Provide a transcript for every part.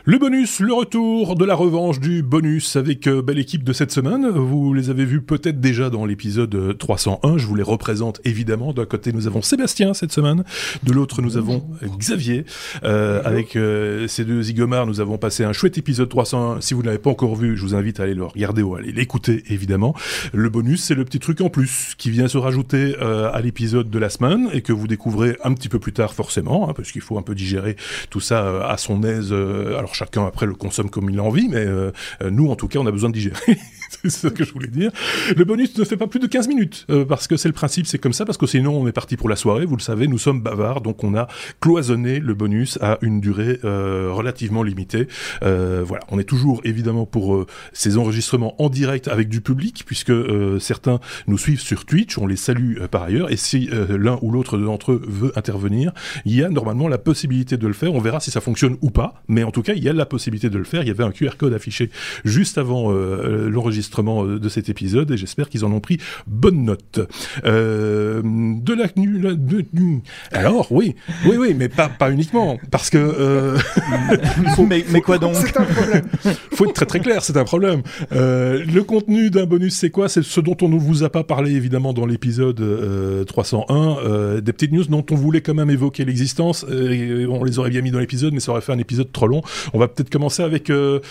Le bonus, le retour de la revanche du bonus avec belle équipe de cette semaine. Vous les avez vus peut-être déjà dans l'épisode 301. Je vous les représente évidemment. D'un côté, nous avons Sébastien cette semaine. De l'autre, nous avons Xavier. Avec ces deux zigomards, nous avons passé un chouette épisode 301. Si vous ne l'avez pas encore vu, je vous invite à aller le regarder ou à aller l'écouter évidemment. Le bonus, c'est le petit truc en plus qui vient se rajouter à l'épisode de la semaine et que vous découvrez un petit peu plus tard forcément, parce qu'il faut un peu digérer tout ça à son aise. Alors chacun après le consomme comme il a envie, mais nous en tout cas on a besoin de digérer. C'est ça que je voulais dire. Le bonus ne fait pas plus de 15 minutes, parce que c'est le principe, c'est comme ça, parce que sinon on est parti pour la soirée, vous le savez, nous sommes bavards, donc on a cloisonné le bonus à une durée relativement limitée. Voilà, on est toujours évidemment pour ces enregistrements en direct avec du public, puisque certains nous suivent sur Twitch, on les salue par ailleurs, et si l'un ou l'autre d'entre eux veut intervenir, il y a normalement la possibilité de le faire, on verra si ça fonctionne ou pas, mais en tout cas il y a la possibilité de le faire. Il y avait un QR code affiché juste avant l'enregistrement de cet épisode et j'espère qu'ils en ont pris bonne note. De la alors oui, mais pas uniquement, parce que mais quoi donc? C'est un problème. Faut être très très clair, c'est un problème. Le contenu d'un bonus, c'est quoi? C'est ce dont on ne vous a pas parlé évidemment dans l'épisode 301, des petites news dont on voulait quand même évoquer l'existence. On les aurait bien mis dans l'épisode, mais ça aurait fait un épisode trop long. On va peut-être commencer avec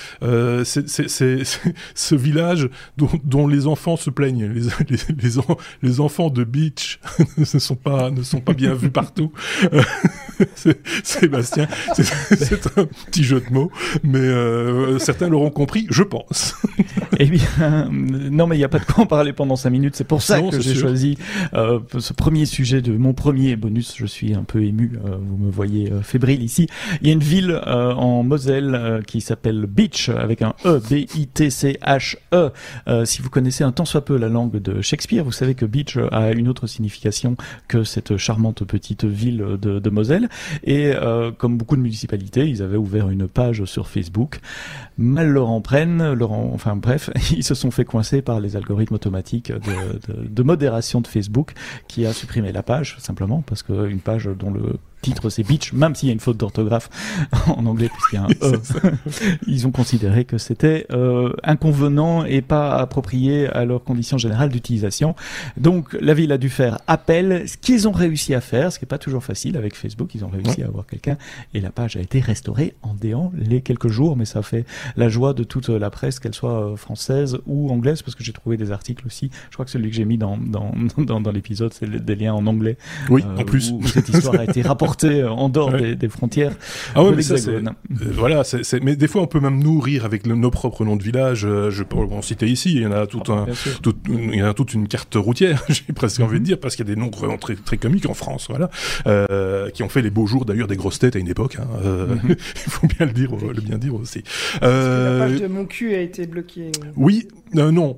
ce village dont les enfants se plaignent. Les enfants de Beach ne sont pas bien vus partout. Sébastien, c'est un petit jeu de mots, mais certains l'auront compris, je pense. Eh bien, non, mais il n'y a pas de quoi en parler pendant 5 minutes. C'est pour ça que j'ai choisi ce premier sujet de mon premier bonus. Je suis un peu ému. Vous me voyez fébrile ici. Il y a une ville en Moselle qui s'appelle Bitche avec un E, B-I-T-C-H-E. Si vous connaissez un tant soit peu la langue de Shakespeare, vous savez que Bitche a une autre signification que cette charmante petite ville de Moselle. Et comme beaucoup de municipalités, ils avaient ouvert une page sur Facebook. Mal leur en prennent, enfin bref, ils se sont fait coincer par les algorithmes automatiques de modération de Facebook qui a supprimé la page, simplement parce qu'une page dont le titre c'est Bitch, même s'il y a une faute d'orthographe en anglais puisqu'il y a un E, ils ont considéré que c'était inconvenant et pas approprié à leurs conditions générales d'utilisation. Donc la ville a dû faire appel, ce qu'ils ont réussi à faire, ce qui n'est pas toujours facile avec Facebook, ils ont réussi à avoir quelqu'un et la page a été restaurée en déant les quelques jours, mais ça fait la joie de toute la presse, qu'elle soit française ou anglaise, parce que j'ai trouvé des articles aussi, je crois que celui que j'ai mis dans l'épisode, c'est des liens en anglais. Oui, en plus. Où cette histoire a été rapportée en dehors des frontières de l'Hexagone. Voilà, mais des fois on peut même nous rire avec nos propres noms de villages. Je peux en citer ici, il y en a il y en a toute une carte routière, j'ai presque envie de dire, parce qu'il y a des noms vraiment très, très comiques en France, voilà, qui ont fait les beaux jours d'ailleurs des grosses têtes à une époque. Il faut bien le bien dire aussi. La page de mon cul a été bloquée. Oui, non.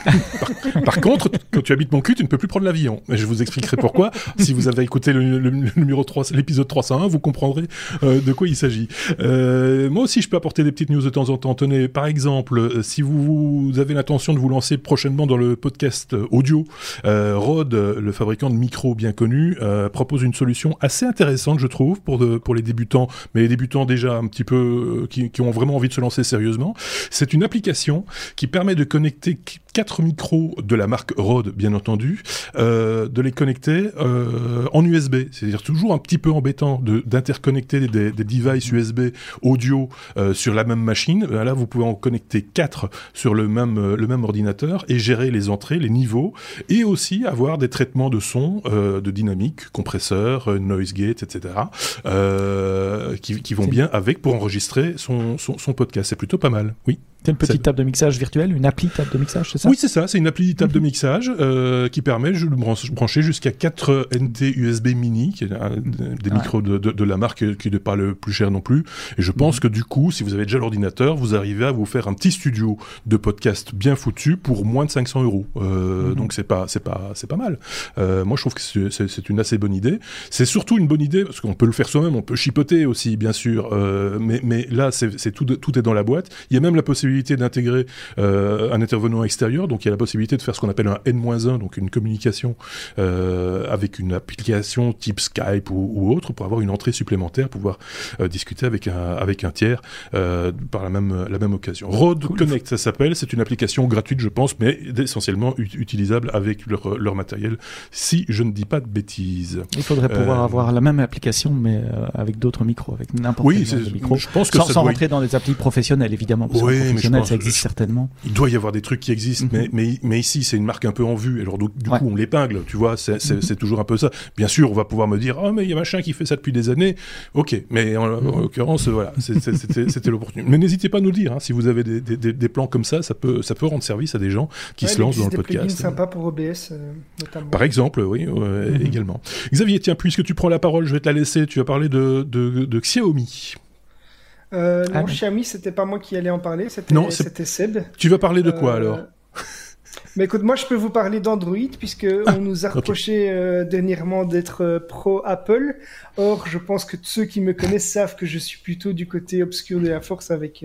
Par contre, quand tu habites mon cul, tu ne peux plus prendre l'avion. Je vous expliquerai pourquoi. Si vous avez écouté le numéro 3, l'épisode 301, vous comprendrez de quoi il s'agit. Moi aussi, je peux apporter des petites news de temps en temps. Tenez, par exemple, si vous avez l'intention de vous lancer prochainement dans le podcast audio, Rode, le fabricant de micros bien connu, propose une solution assez intéressante, je trouve, pour les débutants, mais les débutants déjà un petit peu qui ont vraiment envie de se lancer sérieusement. C'est une application qui permet de connecter 4 micros de la marque Rode, bien entendu, de les connecter en USB. C'est-à-dire toujours un petit peu embêtant d'interconnecter des devices USB audio sur la même machine. Là, vous pouvez en connecter 4 sur le même ordinateur et gérer les entrées, les niveaux, et aussi avoir des traitements de son, de dynamique, compresseur, noise gate, etc., qui vont bien avec pour enregistrer son podcast. C'est plutôt pas mal, oui. C'est une petite table de mixage virtuelle, une appli table de mixage, c'est ça? Oui, c'est ça, c'est une appli table de mixage qui permet de brancher jusqu'à 4 NT USB mini, qui est des micros de la marque qui n'est pas le plus cher non plus. Et je pense que du coup, si vous avez déjà l'ordinateur, vous arrivez à vous faire un petit studio de podcast bien foutu pour moins de 500 €. Donc c'est pas mal. Moi, je trouve que c'est une assez bonne idée. C'est surtout une bonne idée parce qu'on peut le faire soi-même, on peut chipoter aussi, bien sûr. Mais là, tout est dans la boîte. Il y a même la possibilité possibilité d'intégrer un intervenant extérieur, donc il y a la possibilité de faire ce qu'on appelle un N-1, donc une communication avec une application type Skype ou autre, pour avoir une entrée supplémentaire, pouvoir discuter avec un tiers par la même occasion. Rode Connect, ça s'appelle, c'est une application gratuite, je pense, mais essentiellement utilisable avec leur matériel, si je ne dis pas de bêtises. Il faudrait pouvoir avoir la même application, mais avec d'autres micros, avec n'importe quel genre de micro. Je pense que sans rentrer dans des applis professionnelles, évidemment, parce que professionnelles, ça existe certainement. Il doit y avoir des trucs qui existent, mais ici, c'est une marque un peu en vue, alors du coup, on l'épingle, tu vois, c'est toujours un peu ça. Bien sûr, on va pouvoir me dire, mais il y a machin qui fait ça depuis des années, ok, mais en l'occurrence, voilà, c'était l'opportunité. Mais n'hésitez pas à nous le dire, si vous avez des plans comme ça peut rendre service à des gens qui se lancent dans le podcast. Il y a des plugins sympas pour OBS, notamment. Par exemple, oui, également. Xavier, tiens, puisque tu prends la parole, je vais te la laisser, tu vas parler de Xiaomi. Non, Xiaomi, c'était pas moi qui allais en parler, c'était Seb. Tu vas parler de quoi alors? Mais écoute, moi je peux vous parler d'Android puisque on nous a reproché dernièrement d'être pro Apple. Or, je pense que ceux qui me connaissent savent que je suis plutôt du côté obscur de la force avec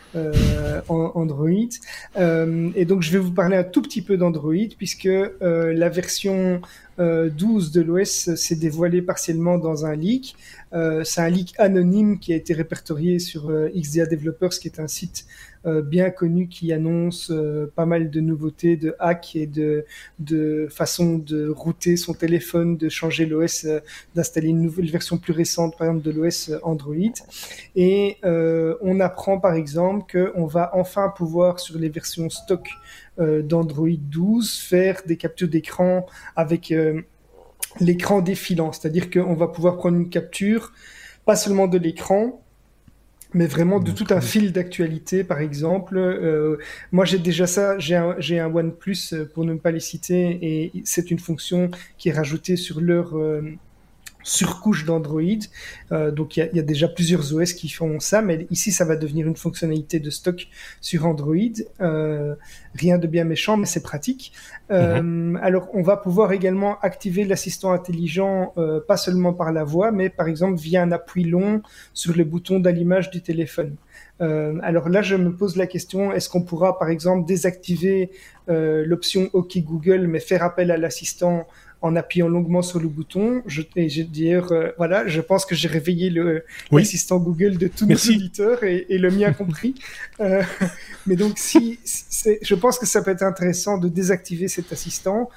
Android. Et donc je vais vous parler un tout petit peu d'Android puisque la version 12 de l'OS s'est dévoilée partiellement dans un leak. C'est un leak anonyme qui a été répertorié sur XDA Developers, qui est un site bien connu qui annonce pas mal de nouveautés, de hacks et de façons de router son téléphone, de changer l'OS, d'installer une nouvelle version plus récente, par exemple de l'OS Android. Et on apprend par exemple qu'on va enfin pouvoir, sur les versions stock d'Android 12, faire des captures d'écran avec l'écran défilant, c'est-à-dire qu'on va pouvoir prendre une capture, pas seulement de l'écran, mais vraiment de tout un fil d'actualité, par exemple. Moi, j'ai déjà ça, j'ai un OnePlus, pour ne pas les citer, et c'est une fonction qui est rajoutée sur leur surcouche d'Android. Donc, il y a déjà plusieurs OS qui font ça, mais ici, ça va devenir une fonctionnalité de stock sur Android. Rien de bien méchant, mais c'est pratique. Alors, on va pouvoir également activer l'assistant intelligent, pas seulement par la voix, mais par exemple via un appui long sur le bouton d'allumage du téléphone. Alors là, je me pose la question, est-ce qu'on pourra par exemple désactiver l'option OK Google, mais faire appel à l'assistant en appuyant longuement sur le bouton? D'ailleurs, voilà, je pense que j'ai réveillé l'assistant Google de tous nos auditeurs et le mien compris. Mais donc, je pense que ça peut être intéressant de désactiver cet assistant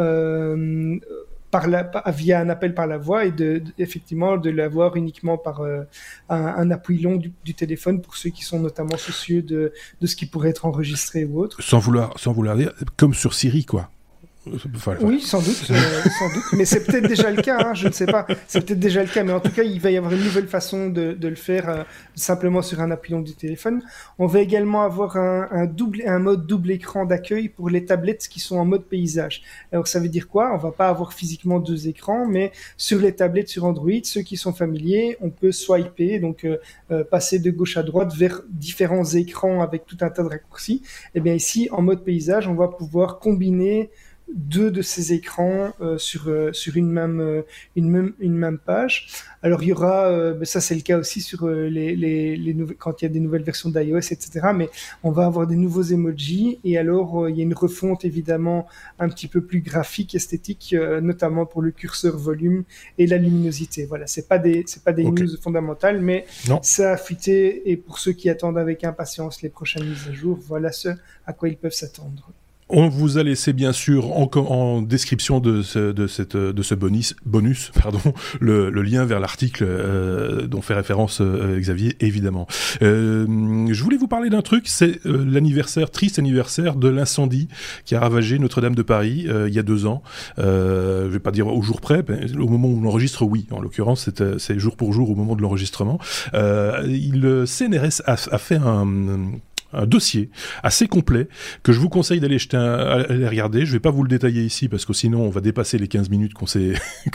via un appel par la voix et effectivement de l'avoir uniquement par un appui long du téléphone pour ceux qui sont notamment soucieux de ce qui pourrait être enregistré ou autre. Sans vouloir dire, comme sur Siri, quoi. Oui, sans doute, mais c'est peut-être déjà le cas, je ne sais pas, c'est peut-être déjà le cas, mais en tout cas, il va y avoir une nouvelle façon de le faire simplement sur un appui long du téléphone. On va également avoir un mode double écran d'accueil pour les tablettes qui sont en mode paysage. Alors, ça veut dire quoi? On va pas avoir physiquement deux écrans, mais sur les tablettes sur Android, ceux qui sont familiers, on peut swiper, donc passer de gauche à droite vers différents écrans avec tout un tas de raccourcis. Et bien ici, en mode paysage, on va pouvoir combiner deux de ces écrans sur une même page. Alors il y aura, ça c'est le cas aussi sur quand il y a des nouvelles versions d'iOS, etc. Mais on va avoir des nouveaux emojis et alors il y a une refonte évidemment un petit peu plus graphique, esthétique, notamment pour le curseur volume et la luminosité. Voilà, c'est pas des news fondamentales, mais ça a fuité et pour ceux qui attendent avec impatience les prochaines mises à jour, voilà ce à quoi ils peuvent s'attendre. On vous a laissé bien sûr en description de ce bonus, le lien vers l'article dont fait référence Xavier, évidemment. Je voulais vous parler d'un truc, c'est triste anniversaire de l'incendie qui a ravagé Notre-Dame de Paris il y a 2 ans. Je vais pas dire au jour près, mais au moment où on enregistre, oui. En l'occurrence, c'est jour pour jour au moment de l'enregistrement. Le CNRS a fait un dossier assez complet que je vous conseille d'aller aller regarder. Je vais pas vous le détailler ici parce que sinon on va dépasser les 15 minutes qu'on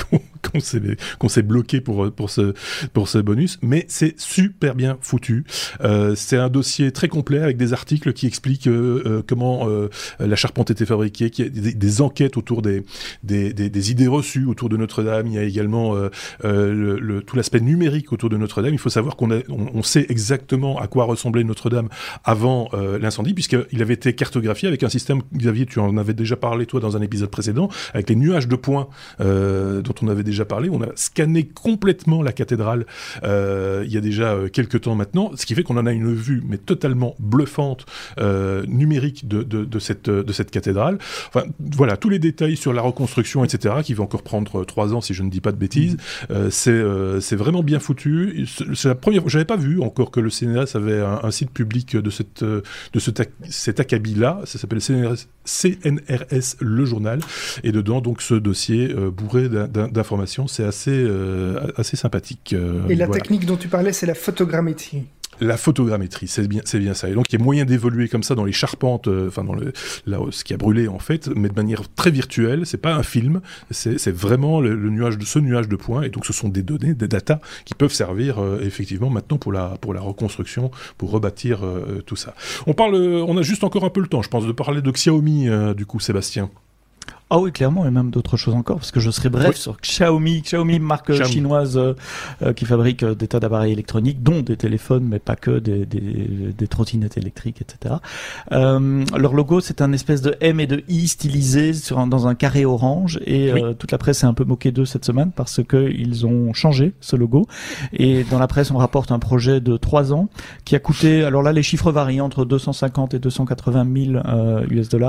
qu'on s'est bloqué pour ce bonus, mais c'est super bien foutu. C'est un dossier très complet avec des articles qui expliquent comment la charpente était fabriquée, qu'il y a des enquêtes autour des idées reçues autour de Notre-Dame. Il y a également tout l'aspect numérique autour de Notre-Dame. Il faut savoir qu'on sait exactement à quoi ressemblait Notre-Dame avant l'incendie, puisqu'il avait été cartographié avec un système, Xavier, tu en avais déjà parlé toi dans un épisode précédent, avec les nuages de points dont on avait déjà parlé. On a scanné complètement la cathédrale il y a déjà quelques temps maintenant, ce qui fait qu'on en a une vue mais totalement bluffante numérique de cette cathédrale. Enfin voilà, tous les détails sur la reconstruction, etc., qui va encore prendre 3 ans si je ne dis pas de bêtises. C'est vraiment bien foutu. C'est la première fois, j'avais pas vu encore que le CNRS avait un site public de cet acabit-là. Ça s'appelle CNRS Le Journal, et dedans donc ce dossier bourré d'informations, c'est assez sympathique. Et la technique dont tu parlais, c'est la photogrammétrie. La photogrammétrie, c'est bien ça. Et donc, il y a moyen d'évoluer comme ça dans les charpentes, ce qui a brûlé, en fait, mais de manière très virtuelle. C'est pas un film, c'est vraiment ce nuage de points. Et donc, ce sont des données, des datas qui peuvent servir, effectivement, maintenant pour la reconstruction, pour rebâtir tout ça. On a juste encore un peu le temps, je pense, de parler de Xiaomi, du coup, Sébastien. Ah oui, clairement, et même d'autres choses encore, parce que je serai bref sur Xiaomi, marque chinoise qui fabrique des tas d'appareils électroniques, dont des téléphones, mais pas que, des trottinettes électriques, etc. Leur logo, c'est un espèce de M et de I stylisé dans un carré orange, et toute la presse s'est un peu moquée d'eux cette semaine, parce que ils ont changé ce logo. Et dans la presse, on rapporte un projet de 3 ans, qui a coûté, alors là, les chiffres varient entre 250 et 280 000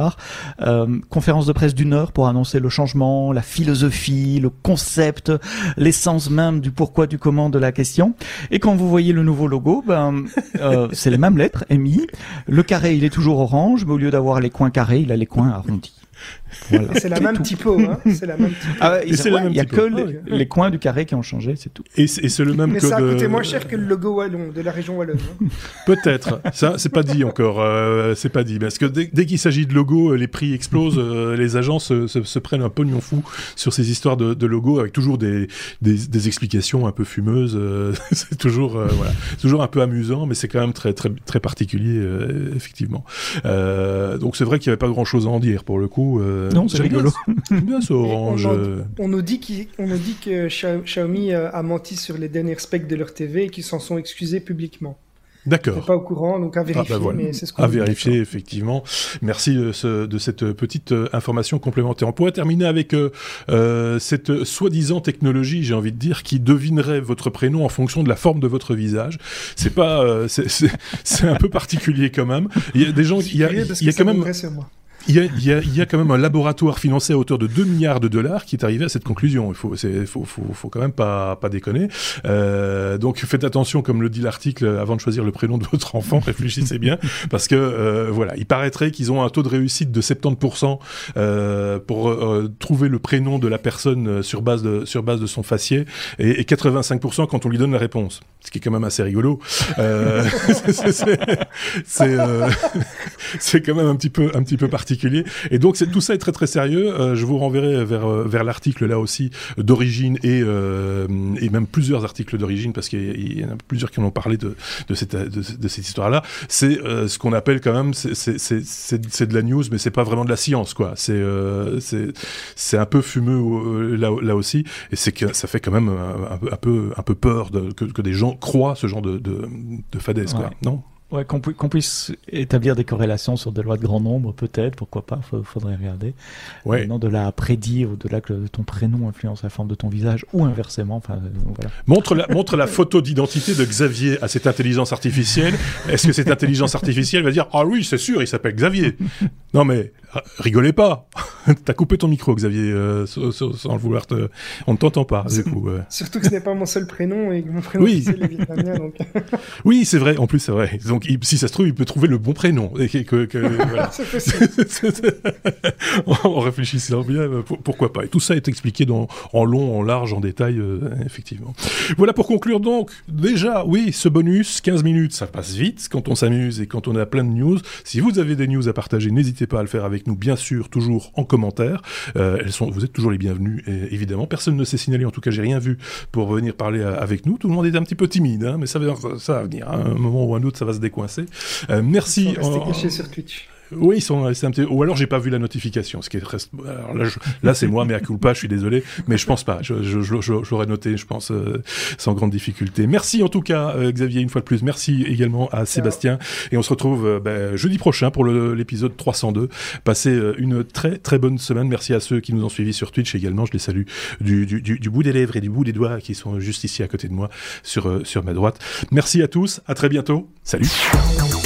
$. Conférence de presse d'1 heure pour annoncer le changement, la philosophie, le concept, l'essence même du pourquoi, du comment de la question. Et quand vous voyez le nouveau logo, c'est les mêmes lettres, MI. Le carré, il est toujours orange, mais au lieu d'avoir les coins carrés, il a les coins arrondis. Voilà. C'est la même typo, hein. C'est la même typo. Ah, il y a que les coins du carré qui ont changé, c'est tout. Et c'est le même. Mais ça a coûté moins cher que le logo wallon de la région wallonne. Hein. Peut-être. Ça, c'est pas dit encore. C'est pas dit parce que dès qu'il s'agit de logo, les prix explosent. Les agences se prennent un pognon fou sur ces histoires de logos, avec toujours des explications un peu fumeuses. C'est toujours toujours un peu amusant, mais c'est quand même très très très particulier, effectivement. Donc c'est vrai qu'il y avait pas grand-chose à en dire pour le coup. Non, c'est rigolo. Bien ce orange. On nous dit que Xiaomi a menti sur les dernières specs de leur TV et qu'ils s'en sont excusés publiquement. D'accord. Je suis pas au courant, donc à vérifier. Voilà. Mais c'est ce qu'on à vérifier, effectivement. Merci de cette petite information complémentaire. On pourrait terminer avec cette soi-disant technologie, j'ai envie de dire, qui devinerait votre prénom en fonction de la forme de votre visage. C'est pas, c'est un peu particulier quand même. Il y a des gens, il y a quand même. Il y a quand même un laboratoire financé à hauteur de 2 milliards de dollars qui est arrivé à cette conclusion. Il faut quand même pas déconner. Donc faites attention, comme le dit l'article, avant de choisir le prénom de votre enfant, réfléchissez bien, parce que voilà, il paraîtrait qu'ils ont un taux de réussite de 70% pour trouver le prénom de la personne sur base de son faciès, et 85% quand on lui donne la réponse. Ce qui est quand même assez rigolo. C'est quand même un petit peu particulier. Et donc tout ça est très très sérieux. Je vous renverrai vers l'article là aussi d'origine, et même plusieurs articles d'origine, parce qu'il y en a plusieurs qui en ont parlé de cette histoire-là. C'est ce qu'on appelle quand même, c'est de la news, mais c'est pas vraiment de la science, quoi. C'est un peu fumeux là aussi, et c'est que ça fait quand même un peu peur que des gens croient ce genre de fadaises, quoi. Non? Ouais, qu'on puisse établir des corrélations sur des lois de grand nombre, peut-être, pourquoi pas, faudrait regarder. Ouais. Maintenant, de là à prédire, au-delà que ton prénom influence la forme de ton visage, ou inversement, enfin, voilà. Montre la photo d'identité de Xavier à cette intelligence artificielle. Est-ce que cette intelligence artificielle va dire « Ah oui, c'est sûr, il s'appelle Xavier ». Non mais, rigolez pas. T'as coupé ton micro, Xavier, sans le vouloir on ne t'entend pas, du coup. Surtout que ce n'est pas mon seul prénom, et que mon prénom officiel est vietnamien, donc... Oui, c'est vrai, en plus, c'est vrai. Donc, Donc, si ça se trouve, il peut trouver le bon prénom. Et voilà. En réfléchissant bien, pourquoi pas. Et tout ça est expliqué en long, en large, en détail, effectivement. Voilà pour conclure donc. Déjà, oui, ce bonus, 15 minutes, ça passe vite quand on s'amuse et quand on a plein de news. Si vous avez des news à partager, n'hésitez pas à le faire avec nous, bien sûr, toujours en commentaire. Vous êtes toujours les bienvenus, évidemment. Personne ne s'est signalé, en tout cas, j'ai rien vu pour venir parler avec nous. Tout le monde est un petit peu timide, hein, mais ça va venir. Hein. Un moment ou un autre, ça va se décoincer. Merci. Ils sont restés cachés sur Twitch. Oui, ils sont restés un petit... Ou alors j'ai pas vu la notification. Ce qui est très... Alors là, c'est moi, mais à culpa, je suis désolé, mais je pense pas. J'aurais noté, je pense, sans grande difficulté. Merci en tout cas, Xavier, une fois de plus. Merci également à Sébastien. Et on se retrouve jeudi prochain pour l'épisode 302. Passez une très très bonne semaine. Merci à ceux qui nous ont suivis sur Twitch également. Je les salue du bout des lèvres et du bout des doigts qui sont juste ici à côté de moi sur ma droite. Merci à tous. À très bientôt. Salut.